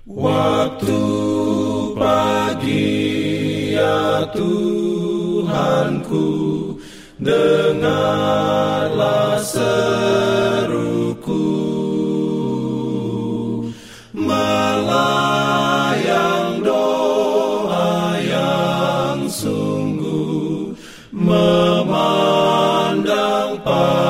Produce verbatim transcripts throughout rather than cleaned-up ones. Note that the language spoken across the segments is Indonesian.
Waktu pagi ya Tuhanku, dengarlah seruku, melayang doa yang sungguh, memandang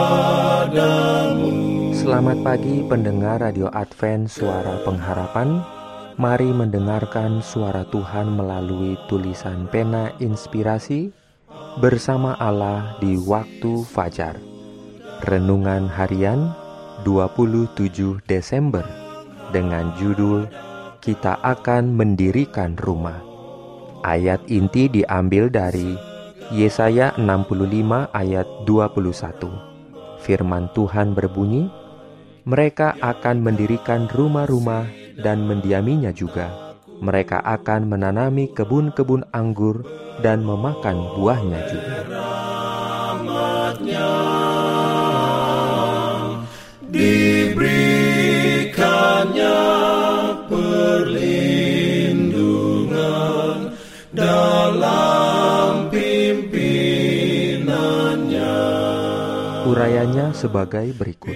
padamu. Selamat pagi pendengar Radio Advent Suara Pengharapan. Mari mendengarkan suara Tuhan melalui tulisan pena inspirasi bersama Allah di waktu fajar. Renungan harian dua puluh tujuh Desember dengan judul Kita Akan Mendirikan Rumah. Ayat inti diambil dari Yesaya enam puluh lima ayat dua puluh satu. Firman Tuhan berbunyi, mereka akan mendirikan rumah-rumah dan mendiaminya juga. Mereka akan menanami kebun-kebun anggur dan memakan buahnya juga. Rahmatnya diberikannya perlindungan dalam pimpinannya. Urayanya sebagai berikut.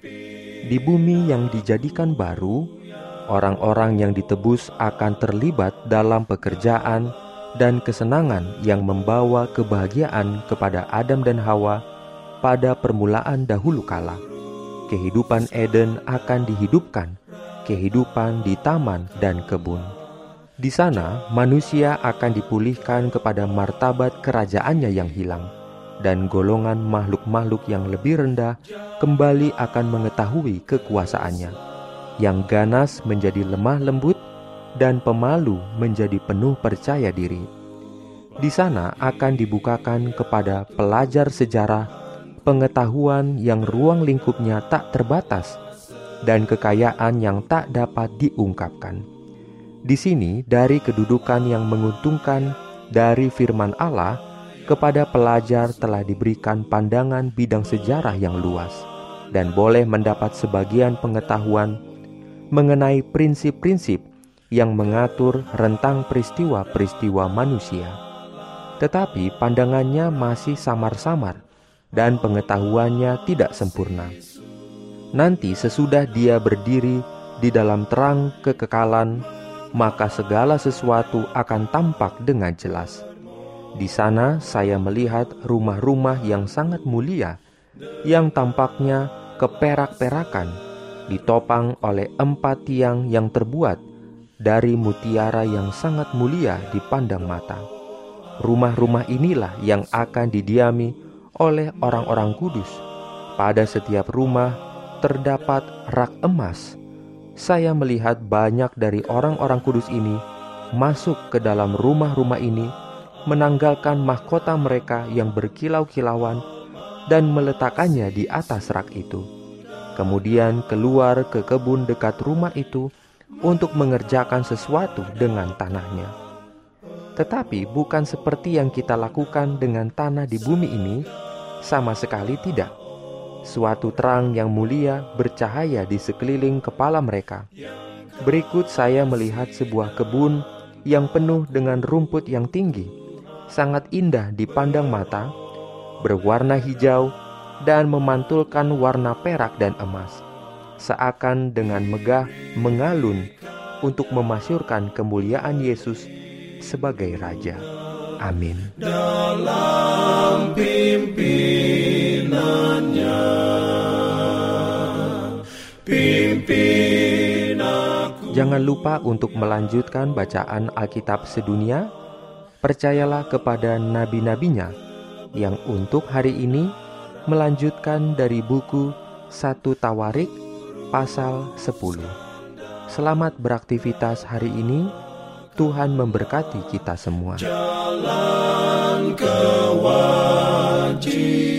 Di bumi yang dijadikan baru, orang-orang yang ditebus akan terlibat dalam pekerjaan dan kesenangan yang membawa kebahagiaan kepada Adam dan Hawa pada permulaan dahulu kala. Kehidupan Eden akan dihidupkan, kehidupan di taman dan kebun. Di sana, manusia akan dipulihkan kepada martabat kerajaannya yang hilang, dan golongan makhluk-makhluk yang lebih rendah kembali akan mengetahui kekuasaannya. Yang ganas menjadi lemah lembut, dan pemalu menjadi penuh percaya diri. Di sana akan dibukakan kepada pelajar sejarah pengetahuan yang ruang lingkupnya tak terbatas, dan kekayaan yang tak dapat diungkapkan. Di sini, dari kedudukan yang menguntungkan dari firman Allah, kepada pelajar telah diberikan pandangan bidang sejarah yang luas, dan boleh mendapat sebagian pengetahuan mengenai prinsip-prinsip yang mengatur rentang peristiwa-peristiwa manusia. Tetapi pandangannya masih samar-samar, dan pengetahuannya tidak sempurna. Nanti sesudah dia berdiri di dalam terang kekekalan, maka segala sesuatu akan tampak dengan jelas. Di sana saya melihat rumah-rumah yang sangat mulia, yang tampaknya keperak-perakan, ditopang oleh empat tiang yang terbuat dari mutiara yang sangat mulia dipandang mata. Rumah-rumah inilah yang akan didiami oleh orang-orang kudus. Pada setiap rumah terdapat rak emas. Saya melihat banyak dari orang-orang kudus ini masuk ke dalam rumah-rumah ini, menanggalkan mahkota mereka yang berkilau-kilauan dan meletakkannya di atas rak itu. Kemudian keluar ke kebun dekat rumah itu untuk mengerjakan sesuatu dengan tanahnya. Tetapi bukan seperti yang kita lakukan dengan tanah di bumi ini, sama sekali tidak. Suatu terang yang mulia bercahaya di sekeliling kepala mereka. Berikut saya melihat sebuah kebun yang penuh dengan rumput yang tinggi, sangat indah dipandang mata, berwarna hijau dan memantulkan warna perak dan emas, seakan dengan megah mengalun untuk memasyurkan kemuliaan Yesus sebagai Raja. Amin. Dalam pimpinannya, pimpin aku. Jangan lupa untuk melanjutkan bacaan Alkitab sedunia. Percayalah kepada nabi-nabinya yang untuk hari ini melanjutkan dari buku satu Tawarik pasal sepuluh. Selamat beraktivitas hari ini. Tuhan memberkati kita semua. Jalan kewajiban.